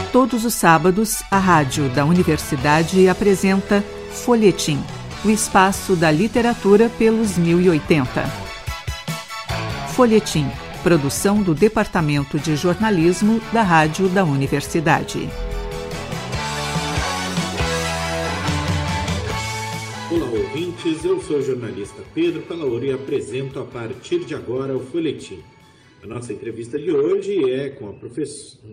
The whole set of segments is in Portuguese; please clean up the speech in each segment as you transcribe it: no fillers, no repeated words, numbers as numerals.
Todos os sábados, a rádio da Universidade apresenta Folhetim, o espaço da literatura pelos 1080. Folhetim, produção do Departamento de Jornalismo da Rádio da Universidade. Olá, ouvintes, eu sou o jornalista Pedro Palaoro e apresento a partir de agora o Folhetim. A nossa entrevista de hoje é com a professora...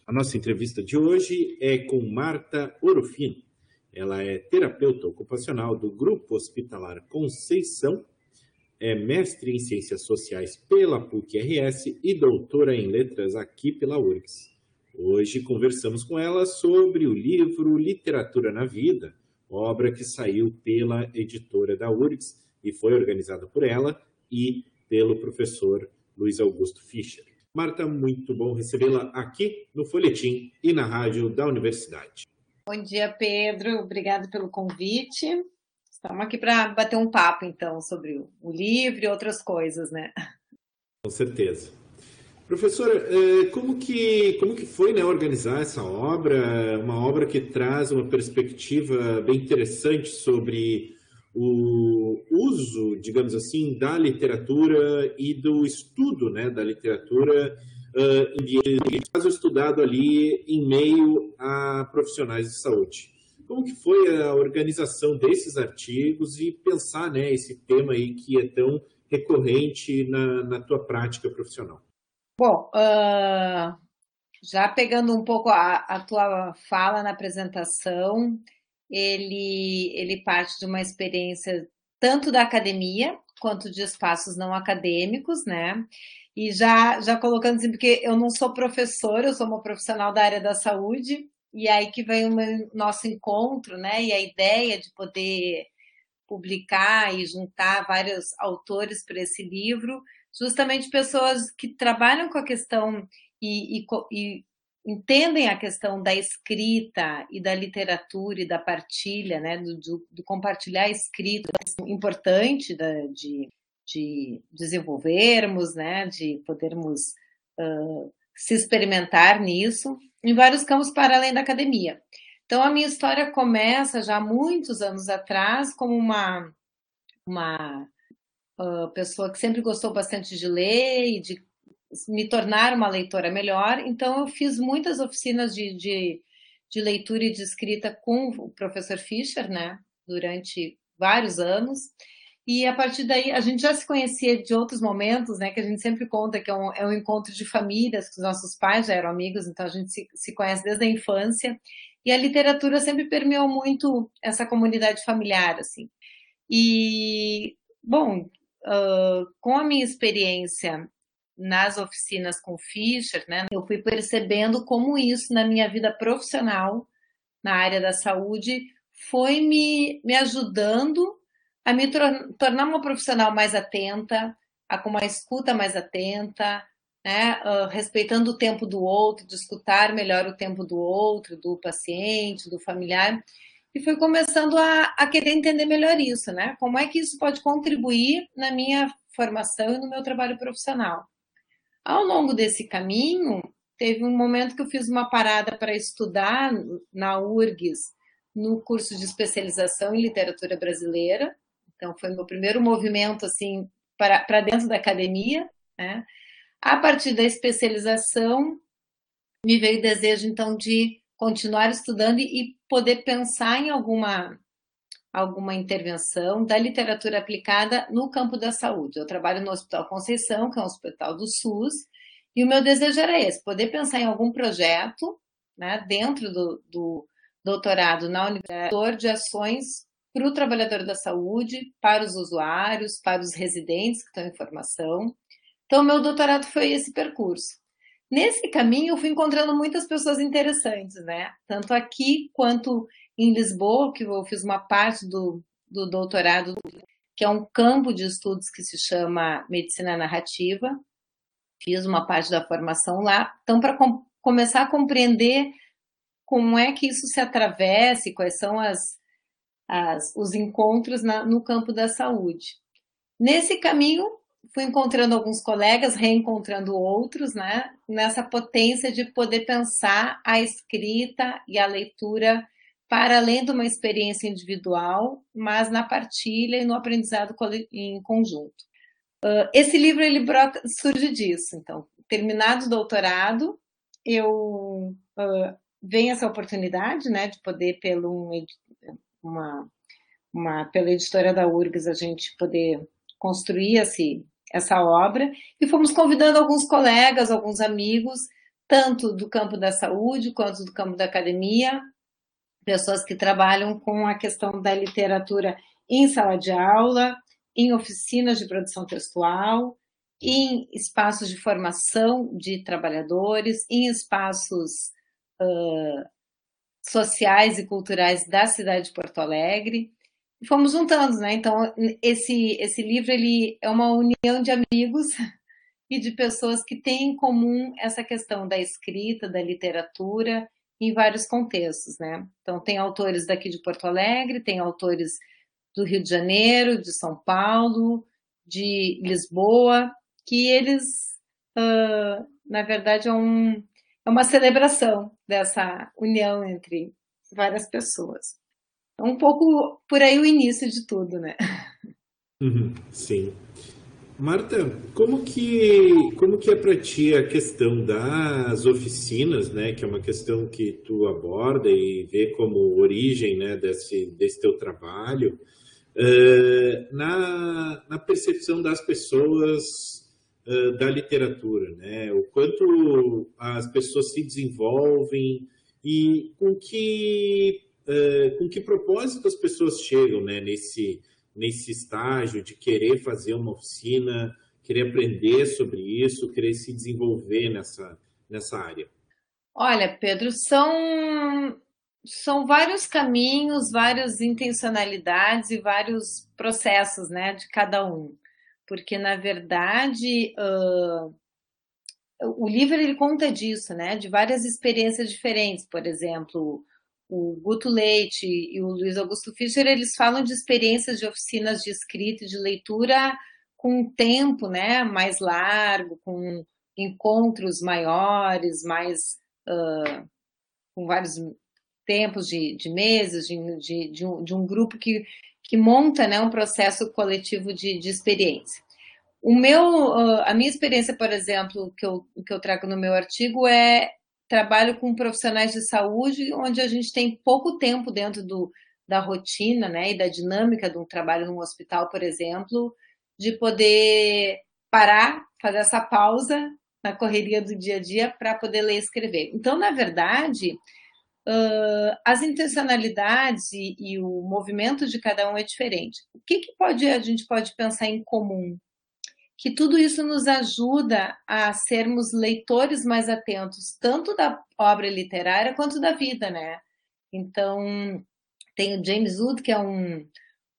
Marta Orofino. Ela é terapeuta ocupacional do Grupo Hospitalar Conceição, é mestre em Ciências Sociais pela PUC-RS e doutora em Letras aqui pela URGS. Hoje conversamos com ela sobre o livro Literatura na Vida, obra que saiu pela editora da URGS e foi organizada por ela e pelo professor Luiz Augusto Fischer. Marta, muito bom recebê-la aqui no Folhetim e na rádio da Universidade. Bom dia, Pedro. Obrigado pelo convite. Estamos aqui para bater um papo, então, sobre o livro e outras coisas, né? Com certeza. Professora, como que foi, né, organizar essa obra? Uma obra que traz uma perspectiva bem interessante sobre o uso, digamos assim, da literatura e do estudo, né, da literatura, caso estudado ali em meio a profissionais de saúde. Como que foi a organização desses artigos e pensar, né, esse tema aí que é tão recorrente na tua prática profissional? Bom, já pegando um pouco a tua fala na apresentação, ele parte de uma experiência tanto da academia quanto de espaços não acadêmicos, né? E já colocando assim, porque eu não sou professora, eu sou uma profissional da área da saúde, e aí que vem o nosso encontro, né? E a ideia de poder publicar e juntar vários autores para esse livro, justamente pessoas que trabalham com a questão e entendem a questão da escrita e da literatura e da partilha, né, do compartilhar a escrita, importante de desenvolvermos, né, de podermos se experimentar nisso, em vários campos para além da academia. Então, a minha história começa já há muitos anos atrás como uma pessoa que sempre gostou bastante de ler e de me tornar uma leitora melhor. Então, eu fiz muitas oficinas de leitura e de escrita com o professor Fischer, né, durante vários anos. E, a partir daí, a gente já se conhecia de outros momentos, né, que a gente sempre conta que é um encontro de famílias, que os nossos pais já eram amigos, então a gente se conhece desde a infância. E a literatura sempre permeou muito essa comunidade familiar, assim. E, bom, com a minha experiência nas oficinas com Fischer, né, eu fui percebendo como isso na minha vida profissional, na área da saúde, foi me ajudando a me tornar uma profissional mais atenta, com uma escuta mais atenta, né, respeitando o tempo do outro, de escutar melhor o tempo do outro, do paciente, do familiar, e fui começando a querer entender melhor isso, né, como é que isso pode contribuir na minha formação e no meu trabalho profissional. Ao longo desse caminho, teve um momento que eu fiz uma parada para estudar na URGS, no curso de especialização em literatura brasileira. Então, foi meu primeiro movimento assim, para dentro da academia, né? A partir da especialização, me veio o desejo, então, de continuar estudando e poder pensar em alguma intervenção da literatura aplicada no campo da saúde. Eu trabalho no Hospital Conceição, que é um hospital do SUS, e o meu desejo era esse, poder pensar em algum projeto, né, dentro do doutorado na universidade, de ações para o trabalhador da saúde, para os usuários, para os residentes que estão em formação. Então, o meu doutorado foi esse percurso. Nesse caminho, eu fui encontrando muitas pessoas interessantes, né? Tanto aqui quanto em Lisboa, que eu fiz uma parte do doutorado, que é um campo de estudos que se chama Medicina Narrativa. Fiz uma parte da formação lá. Então, para começar a compreender como é que isso se atravessa e quais são os encontros no campo da saúde. Nesse caminho, fui encontrando alguns colegas, reencontrando outros, né? Nessa potência de poder pensar a escrita e a leitura para além de uma experiência individual, mas na partilha e no aprendizado em conjunto. Esse livro surge disso. Então, terminado o doutorado, eu venho essa oportunidade, né, de poder pela editora da URGS a gente poder construir essa obra, e fomos convidando alguns colegas, alguns amigos, tanto do campo da saúde quanto do campo da academia, pessoas que trabalham com a questão da literatura em sala de aula, em oficinas de produção textual, em espaços de formação de trabalhadores, em espaços sociais e culturais da cidade de Porto Alegre. E fomos juntando, né? Então, esse livro ele é uma união de amigos e de pessoas que têm em comum essa questão da escrita, da literatura, em vários contextos, né? Então, tem autores daqui de Porto Alegre, tem autores do Rio de Janeiro, de São Paulo, de Lisboa, que eles, na verdade, é uma celebração dessa união entre várias pessoas. É um pouco por aí o início de tudo, né? Sim. Marta, como que é para ti a questão das oficinas, né, que é uma questão que tu aborda e vê como origem, né, desse teu trabalho, na percepção das pessoas da literatura, né, o quanto as pessoas se desenvolvem e com que propósito as pessoas chegam, né, nesse estágio de querer fazer uma oficina, querer aprender sobre isso, querer se desenvolver nessa área? Olha, Pedro, são vários caminhos, várias intencionalidades e vários processos, né, de cada um. Porque, na verdade, o livro ele conta disso, né, de várias experiências diferentes. Por exemplo, o Guto Leite e o Luiz Augusto Fischer, eles falam de experiências de oficinas de escrita e de leitura com um tempo, né, mais largo, com encontros maiores, com vários tempos de meses, de um grupo que monta, né, um processo coletivo de experiência. A minha experiência, por exemplo, que eu trago no meu artigo trabalho com profissionais de saúde, onde a gente tem pouco tempo dentro da rotina, né, e da dinâmica de um trabalho num hospital, por exemplo, de poder parar, fazer essa pausa na correria do dia a dia para poder ler e escrever. Então, na verdade, as intencionalidades e o movimento de cada um é diferente. O que a gente pode pensar em comum? Que tudo isso nos ajuda a sermos leitores mais atentos, tanto da obra literária quanto da vida, né? Então, tem o James Wood, que é um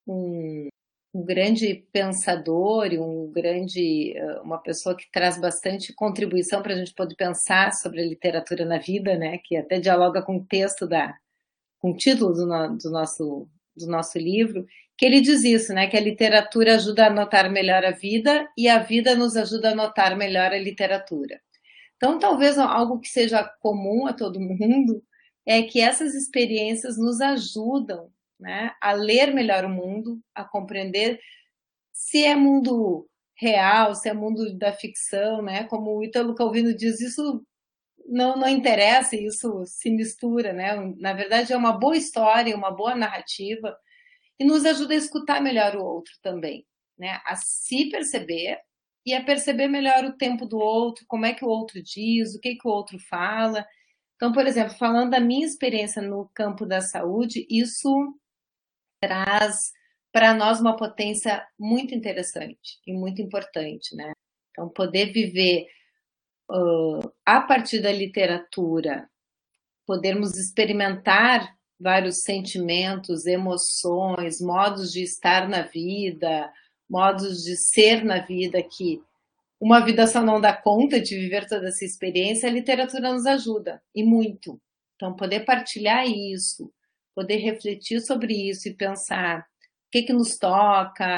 grande pensador e uma pessoa que traz bastante contribuição para a gente poder pensar sobre a literatura na vida, né? Que até dialoga com o texto com o título do nosso livro, que ele diz isso, né? Que a literatura ajuda a notar melhor a vida e a vida nos ajuda a notar melhor a literatura. Então, talvez algo que seja comum a todo mundo é que essas experiências nos ajudam, né, a ler melhor o mundo, a compreender se é mundo real, se é mundo da ficção, né? Como o Ítalo Calvino diz, isso não interessa, isso se mistura, né? Na verdade, é uma boa história, uma boa narrativa, e nos ajuda a escutar melhor o outro também, né? A se perceber e a perceber melhor o tempo do outro, como é que o outro diz, o que o outro fala. Então, por exemplo, falando da minha experiência no campo da saúde, isso traz para nós uma potência muito interessante e muito importante, né? Então, poder viver a partir da literatura, podermos experimentar vários sentimentos, emoções, modos de estar na vida, modos de ser na vida, que uma vida só não dá conta de viver toda essa experiência, a literatura nos ajuda, e muito. Então, poder partilhar isso, poder refletir sobre isso e pensar o que nos toca,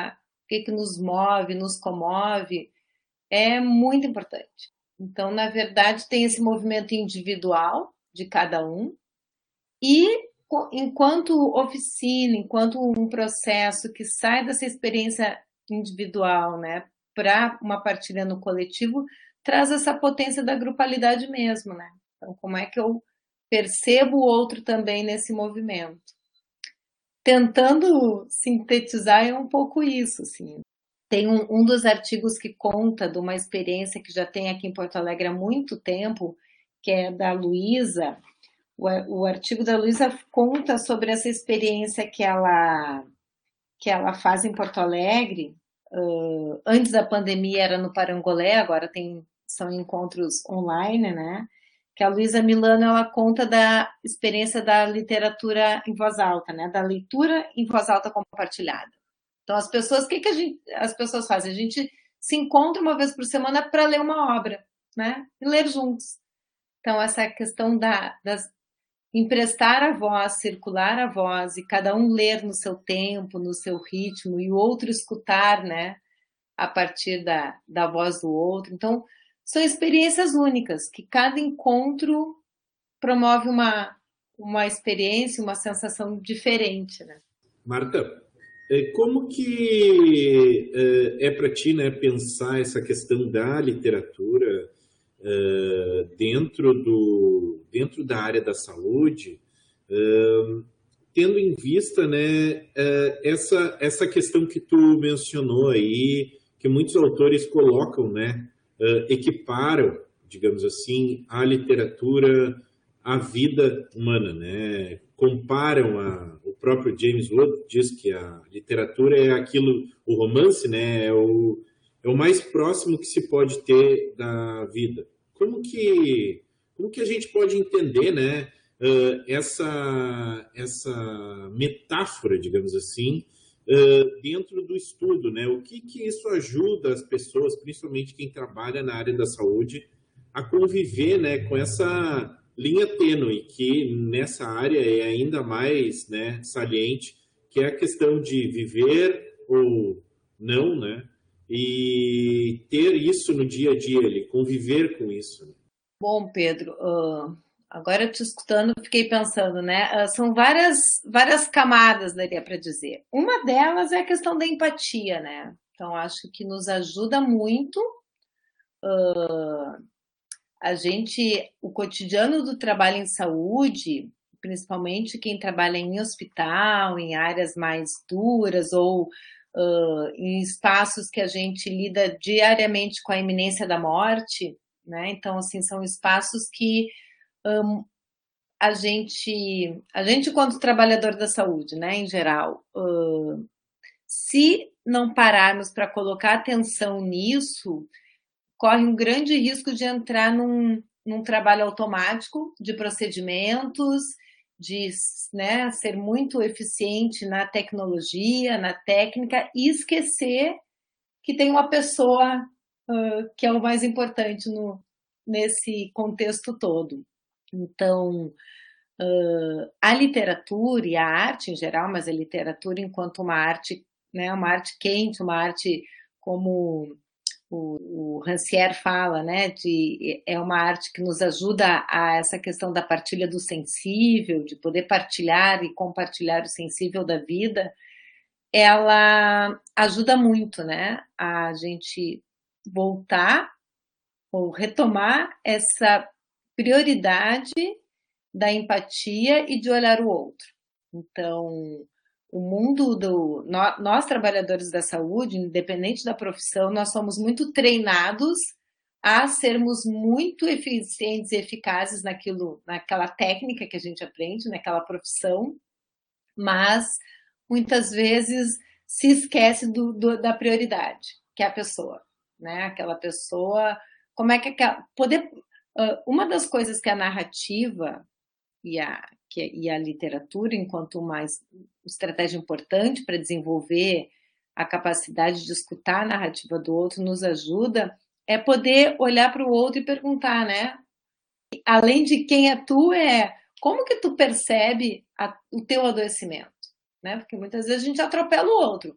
que nos move, nos comove, é muito importante. Então, na verdade, tem esse movimento individual de cada um, e enquanto oficina, enquanto um processo que sai dessa experiência individual, né, para uma partilha no coletivo, traz essa potência da grupalidade mesmo, né? Então, como é que eu percebo o outro também nesse movimento? Tentando sintetizar é um pouco isso, assim. Tem um dos artigos que conta de uma experiência que já tem aqui em Porto Alegre há muito tempo, que é da Luísa. O artigo da Luísa conta sobre essa experiência que ela faz em Porto Alegre. Antes da pandemia era no Parangolé, agora são encontros online, né? Que a Luísa Milano, ela conta da experiência da literatura em voz alta, né? Da leitura em voz alta compartilhada. Então, as pessoas, as pessoas fazem? A gente se encontra uma vez por semana para ler uma obra, né? E ler juntos. Então, essa questão das emprestar a voz, circular a voz, e cada um ler no seu tempo, no seu ritmo, e o outro escutar, né? A partir da voz do outro. Então, são experiências únicas, que cada encontro promove uma experiência, uma sensação diferente, né? Marta, como que é para ti, né, pensar essa questão da literatura dentro da área da saúde, tendo em vista, né, essa questão que tu mencionou aí, que muitos autores colocam, né, equiparam, digamos assim, a literatura à vida humana, né? Comparam o próprio James Wood diz que a literatura é aquilo, o romance, né, é o mais próximo que se pode ter da vida. Como que a gente pode entender, né, essa metáfora, digamos assim, dentro do estudo, né? O que isso ajuda as pessoas, principalmente quem trabalha na área da saúde, a conviver, né, com essa linha tênue, que nessa área é ainda mais, né, saliente, que é a questão de viver ou não, né? E ter isso no dia a dia, conviver com isso. Né? Bom, Pedro, agora te escutando, fiquei pensando, né? São várias camadas, daria para dizer. Uma delas é a questão da empatia, né? Então, acho que nos ajuda muito o cotidiano do trabalho em saúde, principalmente quem trabalha em hospital, em áreas mais duras ou em espaços que a gente lida diariamente com a iminência da morte, né? Então, assim, são espaços que a gente, quanto trabalhador da saúde, né, em geral, se não pararmos para colocar atenção nisso, corre um grande risco de entrar num trabalho automático de procedimentos, de, né, ser muito eficiente na tecnologia, na técnica, e esquecer que tem uma pessoa que é o mais importante nesse contexto todo. Então, a literatura e a arte em geral, mas a literatura enquanto uma arte, né, uma arte quente, uma arte como o Rancière fala, né, é uma arte que nos ajuda a essa questão da partilha do sensível, de poder partilhar e compartilhar o sensível da vida, ela ajuda muito, né, a gente voltar ou retomar essa prioridade da empatia e de olhar o outro. Então, o mundo nós trabalhadores da saúde, independente da profissão, nós somos muito treinados a sermos muito eficientes e eficazes naquela técnica que a gente aprende, naquela profissão, mas muitas vezes se esquece da prioridade, que é a pessoa, né? Aquela pessoa, como é que uma das coisas que a narrativa e a literatura, enquanto uma estratégia importante para desenvolver a capacidade de escutar a narrativa do outro, nos ajuda, é poder olhar para o outro e perguntar, né? Além de quem é tu, como que tu percebe o teu adoecimento? Né? Porque muitas vezes a gente atropela o outro.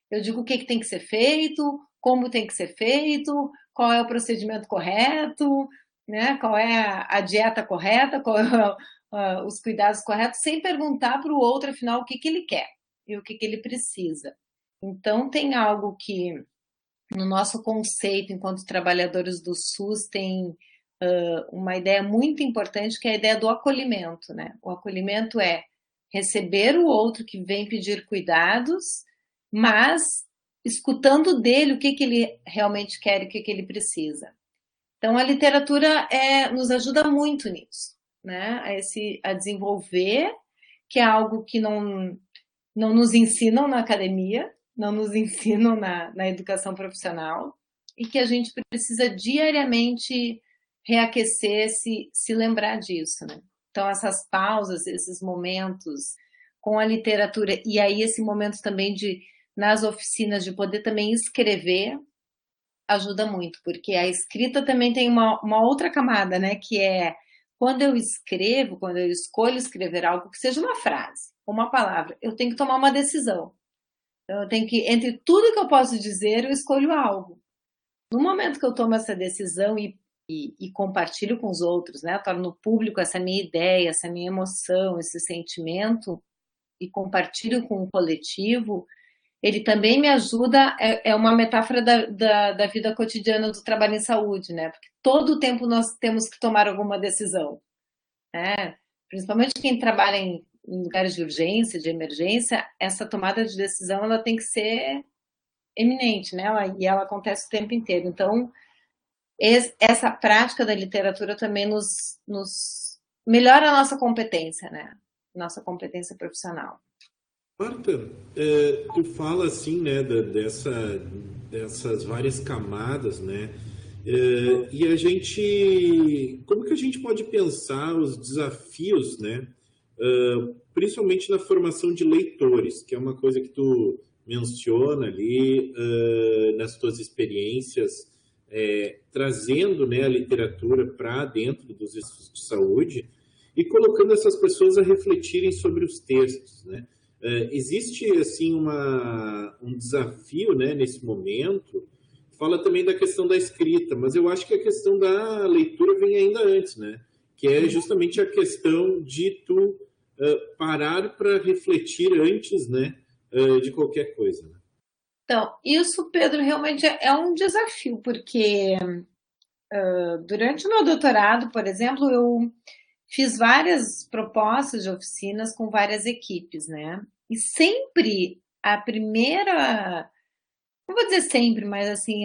Eu digo o que tem que ser feito, como tem que ser feito, qual é o procedimento correto, né? Qual é a dieta correta, qual é os cuidados corretos, sem perguntar para o outro, afinal, o que ele quer e o que ele precisa. Então, tem algo que, no nosso conceito, enquanto trabalhadores do SUS, tem uma ideia muito importante, que é a ideia do acolhimento, né? O acolhimento é receber o outro que vem pedir cuidados, mas escutando dele o que ele realmente quer e o que ele precisa. Então, a literatura nos ajuda muito nisso, né? A desenvolver, que é algo que não nos ensinam na academia, não nos ensinam na educação profissional, e que a gente precisa diariamente reaquecer, se lembrar disso, né? Então, essas pausas, esses momentos com a literatura, e aí esse momento também nas oficinas, de poder também escrever, ajuda muito, porque a escrita também tem uma outra camada, né? Que é quando eu escrevo, quando eu escolho escrever algo, que seja uma frase, uma palavra, eu tenho que tomar uma decisão. Então, eu tenho que, entre tudo que eu posso dizer, eu escolho algo. No momento que eu tomo essa decisão e compartilho com os outros, né? Eu torno público essa minha ideia, essa minha emoção, esse sentimento, e compartilho com o coletivo, ele também me ajuda, é uma metáfora da vida cotidiana do trabalho em saúde, né? Porque todo o tempo nós temos que tomar alguma decisão, né? Principalmente quem trabalha em lugares de urgência, de emergência, essa tomada de decisão ela tem que ser eminente, né? E ela acontece o tempo inteiro. Então, essa prática da literatura também nos melhora a nossa competência, né? Nossa competência profissional. Marta, tu fala assim, né, dessas várias camadas, né? E a gente, como que a gente pode pensar os desafios, né? Principalmente na formação de leitores, que é uma coisa que tu menciona ali nas tuas experiências, trazendo, né, a literatura para dentro dos institutos de saúde e colocando essas pessoas a refletirem sobre os textos, né? Existe assim um desafio, né, nesse momento. Fala também da questão da escrita, mas eu acho que a questão da leitura vem ainda antes, né? Que é justamente a questão de tu parar para refletir antes, né, de qualquer coisa. Né? Então, isso, Pedro, realmente é um desafio, porque durante o meu doutorado, por exemplo, eu fiz várias propostas de oficinas com várias equipes, né? E sempre a primeira, não vou dizer sempre, mas assim,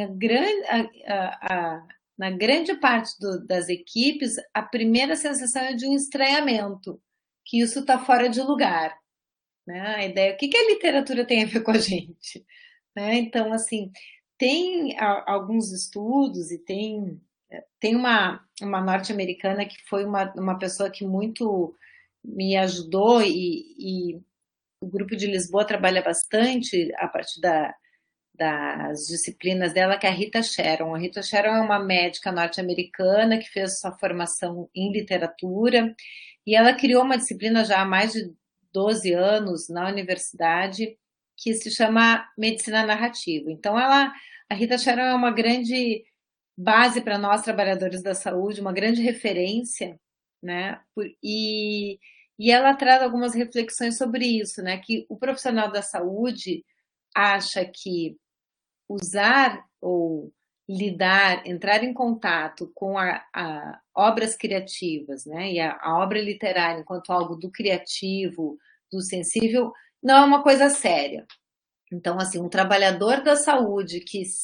na grande parte das equipes, a primeira sensação é de um estranhamento, que isso está fora de lugar, né? A ideia, o que a literatura tem a ver com a gente? Né? Então, assim, tem alguns estudos e tem uma norte-americana que foi uma pessoa que muito me ajudou e o grupo de Lisboa trabalha bastante a partir das disciplinas dela, que é a Rita Sharon. A Rita Sharon é uma médica norte-americana que fez sua formação em literatura e ela criou uma disciplina já há mais de 12 anos na universidade que se chama Medicina Narrativa. Então, a Rita Sharon é uma grande base para nós, trabalhadores da saúde, uma grande referência, né? E ela traz algumas reflexões sobre isso, né? Que o profissional da saúde acha que usar ou lidar, entrar em contato com obras criativas, né? E a obra literária enquanto algo do criativo, do sensível, não é uma coisa séria. Então, assim, um trabalhador da saúde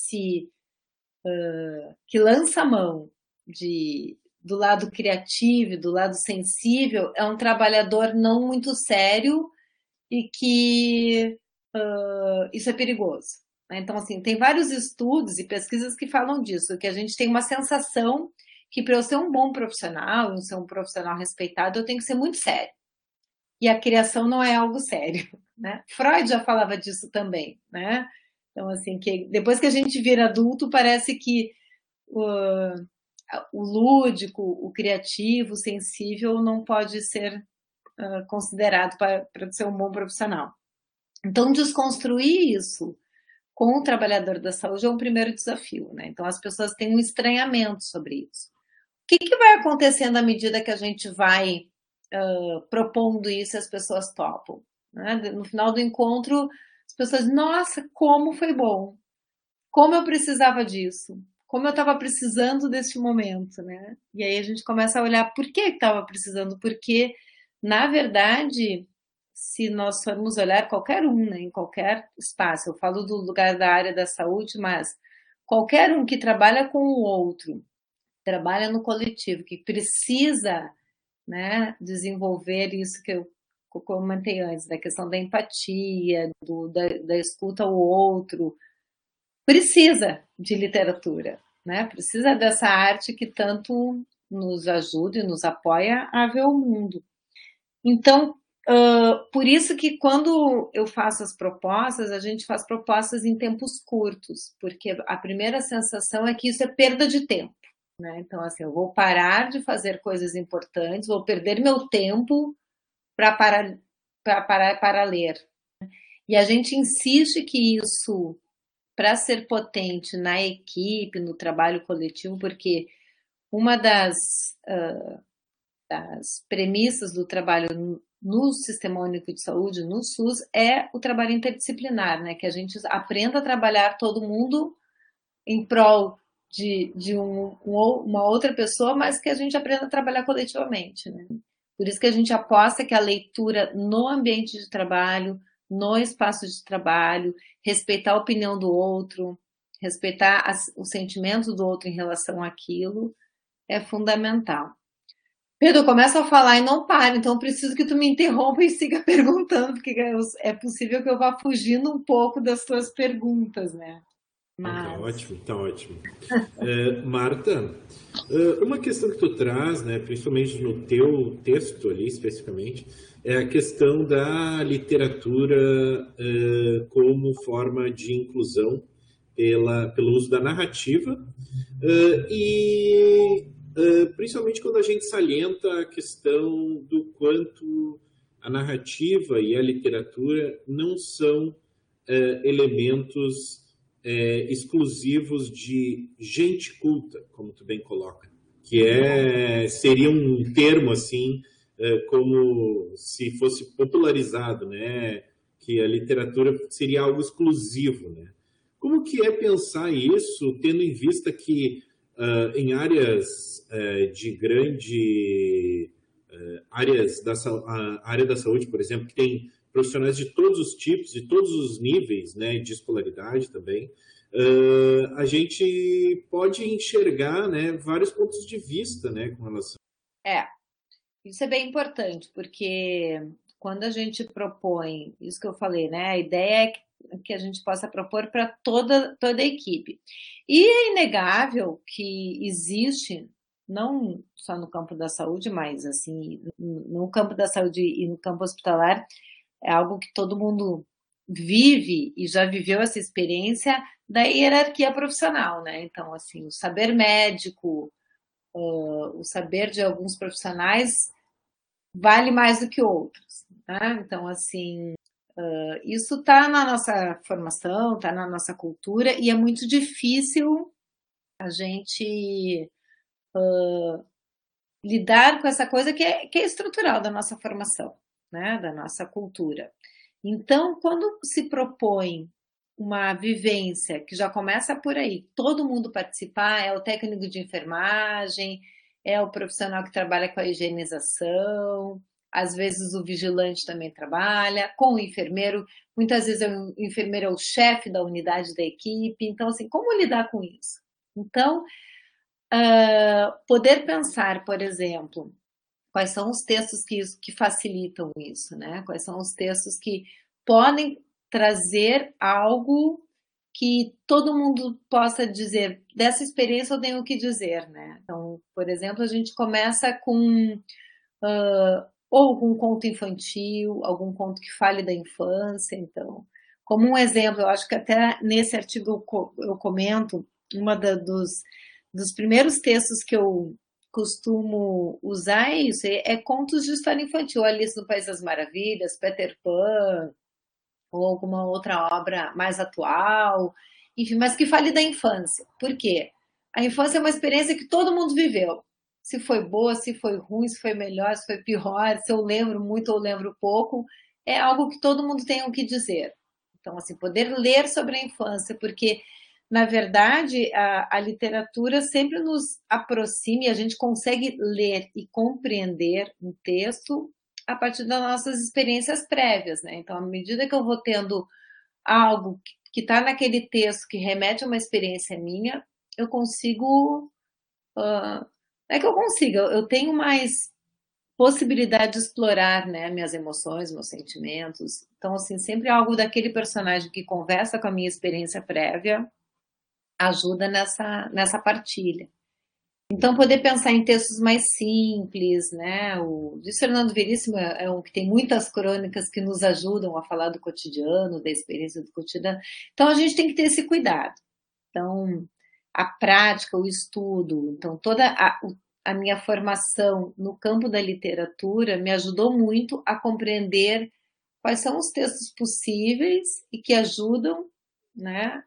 que lança a mão do lado criativo, do lado sensível, é um trabalhador não muito sério e que isso é perigoso. Né? Então, assim, tem vários estudos e pesquisas que falam disso, que a gente tem uma sensação que para eu ser um bom profissional, ser um profissional respeitado, eu tenho que ser muito sério. E a criação não é algo sério. Né? Freud já falava disso também, né? Então, assim, que depois que a gente vira adulto, parece que o lúdico, o criativo, o sensível não pode ser considerado para ser um bom profissional. Então, desconstruir isso com o trabalhador da saúde é um primeiro desafio, né? Então as pessoas têm um estranhamento sobre isso. O que vai acontecendo à medida que a gente vai propondo isso e as pessoas topam, né? No final do encontro, as pessoas dizem, nossa, como foi bom, como eu precisava disso, como eu estava precisando deste momento, né? E aí a gente começa a olhar por que estava precisando, porque, na verdade, se nós formos olhar qualquer um, né, em qualquer espaço, eu falo do lugar da área da saúde, mas qualquer um que trabalha com o outro, trabalha no coletivo, que precisa, né, desenvolver isso que eu comentei antes, da questão da empatia, da escuta ao outro, precisa de literatura, né? Precisa dessa arte que tanto nos ajuda e nos apoia a ver o mundo. Então, por isso que quando eu faço as propostas, a gente faz propostas em tempos curtos, porque a primeira sensação é que isso é perda de tempo, né? Então, assim, eu vou parar de fazer coisas importantes, vou perder meu tempo para ler. E a gente insiste que isso, para ser potente na equipe, no trabalho coletivo, porque uma das premissas do trabalho no Sistema Único de Saúde, no SUS, é o trabalho interdisciplinar, né? Que a gente aprenda a trabalhar todo mundo em prol de uma outra pessoa, mas que a gente aprenda a trabalhar coletivamente, né? Por isso que a gente aposta que a leitura no ambiente de trabalho, no espaço de trabalho, respeitar a opinião do outro, respeitar os sentimentos do outro em relação àquilo, é fundamental. Pedro, eu começo a falar e não paro, então eu preciso que tu me interrompa e siga perguntando, porque é possível que eu vá fugindo um pouco das tuas perguntas, né? Mas... Tá ótimo, tá ótimo. Marta, uma questão que tu traz, né, principalmente no teu texto ali, especificamente, é a questão da literatura como forma de inclusão pelo uso da narrativa e principalmente quando a gente salienta a questão do quanto a narrativa e a literatura não são elementos exclusivos de gente culta, como tu bem coloca, que seria um termo assim, como se fosse popularizado, né? Que a literatura seria algo exclusivo, né? Como que é pensar isso, tendo em vista que em áreas de grande áreas a área da saúde, por exemplo, que tem profissionais de todos os tipos, de todos os níveis, né, de escolaridade também, a gente pode enxergar, né, vários pontos de vista, né, com relação... Isso é bem importante, porque quando a gente propõe, isso que eu falei, né, a ideia é que a gente possa propor para toda a equipe. E é inegável que existe, não só no campo da saúde, mas assim, no campo da saúde e no campo hospitalar, é algo que todo mundo vive e já viveu essa experiência da hierarquia profissional, né? Então, assim, o saber médico, o saber de alguns profissionais vale mais do que outros, né? Então, assim, isso está na nossa formação, está na nossa cultura e é muito difícil a gente lidar com essa coisa que é estrutural da nossa formação, né? Da nossa cultura. Então, quando se propõe uma vivência que já começa por aí, todo mundo participar, é o técnico de enfermagem, é o profissional que trabalha com a higienização, às vezes o vigilante também trabalha, com o enfermeiro, muitas vezes o enfermeiro é o chefe da unidade da equipe, então assim, como lidar com isso? Então, poder pensar, por exemplo, quais são os textos que facilitam isso, né? Quais são os textos que podem trazer algo que todo mundo possa dizer, dessa experiência eu tenho o que dizer, né? Então, por exemplo, a gente começa com ou com um conto infantil, algum conto que fale da infância, então, como um exemplo, eu acho que até nesse artigo eu comento, dos primeiros textos que eu costumo usar isso, é contos de história infantil, Alice no País das Maravilhas, Peter Pan, ou alguma outra obra mais atual, enfim, mas que fale da infância. Por quê? A infância é uma experiência que todo mundo viveu. Se foi boa, se foi ruim, se foi melhor, se foi pior, se eu lembro muito ou lembro pouco, é algo que todo mundo tem o que dizer. Então, assim, poder ler sobre a infância, porque, na verdade, a literatura sempre nos aproxima e a gente consegue ler e compreender um texto a partir das nossas experiências prévias, né? Então, à medida que eu vou tendo algo que está naquele texto que remete a uma experiência minha, eu consigo... não é que eu consiga, eu tenho mais possibilidade de explorar, né, minhas emoções, meus sentimentos. Então, assim, sempre algo daquele personagem que conversa com a minha experiência prévia ajuda nessa partilha. Então, poder pensar em textos mais simples, né? O de Fernando Veríssimo é um que tem muitas crônicas que nos ajudam a falar do cotidiano, da experiência do cotidiano. Então, a gente tem que ter esse cuidado. Então, a prática, o estudo, então toda a minha formação no campo da literatura me ajudou muito a compreender quais são os textos possíveis e que ajudam, né,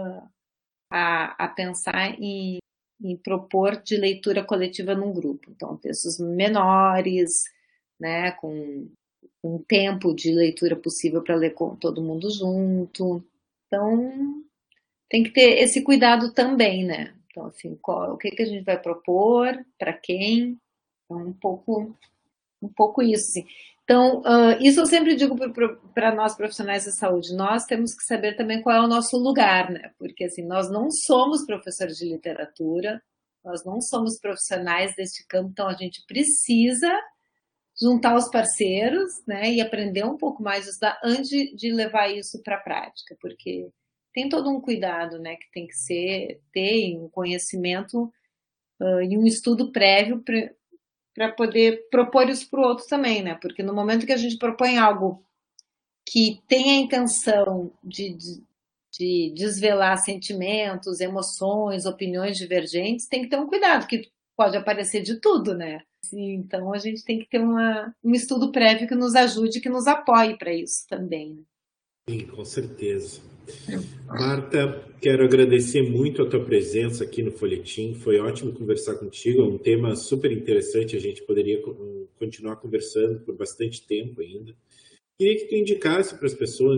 a pensar em propor de leitura coletiva num grupo. Então, textos menores, né, com um tempo de leitura possível para ler com todo mundo junto. Então, tem que ter esse cuidado também, né? Então, assim, o que a gente vai propor, para quem? Então, um pouco isso, assim. Então, isso eu sempre digo para nós profissionais de saúde, nós temos que saber também qual é o nosso lugar, né? Porque, assim, nós não somos professores de literatura, nós não somos profissionais deste campo, então a gente precisa juntar os parceiros, né? E aprender um pouco mais a estudar antes de levar isso para a prática, porque tem todo um cuidado, né? Que tem que ter um conhecimento e um estudo prévio para poder propor isso para o outro também, né? Porque no momento que a gente propõe algo que tem a intenção de desvelar sentimentos, emoções, opiniões divergentes, tem que ter um cuidado, que pode aparecer de tudo, né? Então a gente tem que ter um estudo prévio que nos ajude, que nos apoie para isso também, né? Sim, com certeza. Marta, quero agradecer muito a tua presença aqui no Folhetim. Foi ótimo conversar contigo. É um tema super interessante. A gente poderia continuar conversando por bastante tempo ainda. Queria que tu indicasse para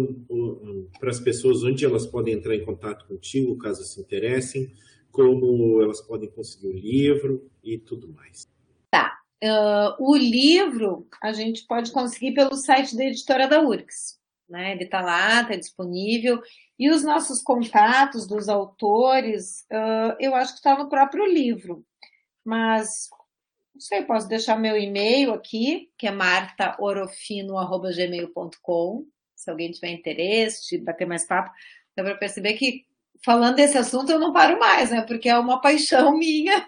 as pessoas onde elas podem entrar em contato contigo, caso se interessem, como elas podem conseguir o livro e tudo mais. Tá. O livro a gente pode conseguir pelo site da editora da URGS. Né? Ele está lá, está disponível. E os nossos contatos dos autores, eu acho que está no próprio livro. Mas, não sei, posso deixar meu e-mail aqui, que é martaorofino@gmail.com. Se alguém tiver interesse, de bater mais papo, dá para perceber que, falando desse assunto, eu não paro mais, né? Porque é uma paixão minha.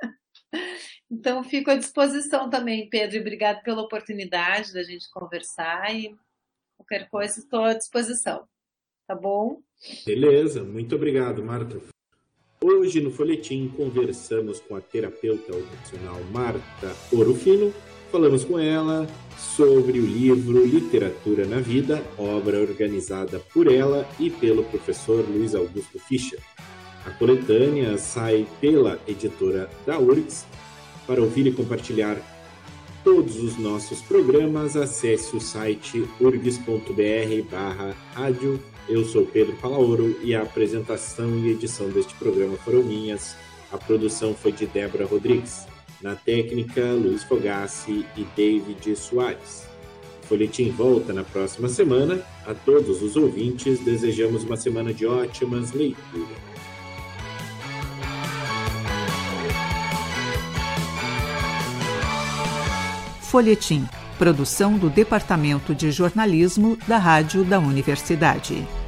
Então, fico à disposição também, Pedro. E obrigado pela oportunidade da gente conversar e qualquer coisa, estou à disposição. Tá bom? Beleza, muito obrigado, Marta. Hoje no Folhetim conversamos com a terapeuta ocupacional Marta Orofino. Falamos com ela sobre o livro Literatura na Vida, obra organizada por ela e pelo professor Luiz Augusto Fischer. A coletânea sai pela editora da URGS. Para ouvir e compartilhar todos os nossos programas, acesse o site urgs.br/rádio. Eu sou Pedro Palaoro e a apresentação e edição deste programa foram minhas. A produção foi de Débora Rodrigues. Na técnica, Luiz Fogassi e David Soares. O Folhetim volta na próxima semana. A todos os ouvintes, desejamos uma semana de ótimas leituras. Folhetim, produção do Departamento de Jornalismo da Rádio da Universidade.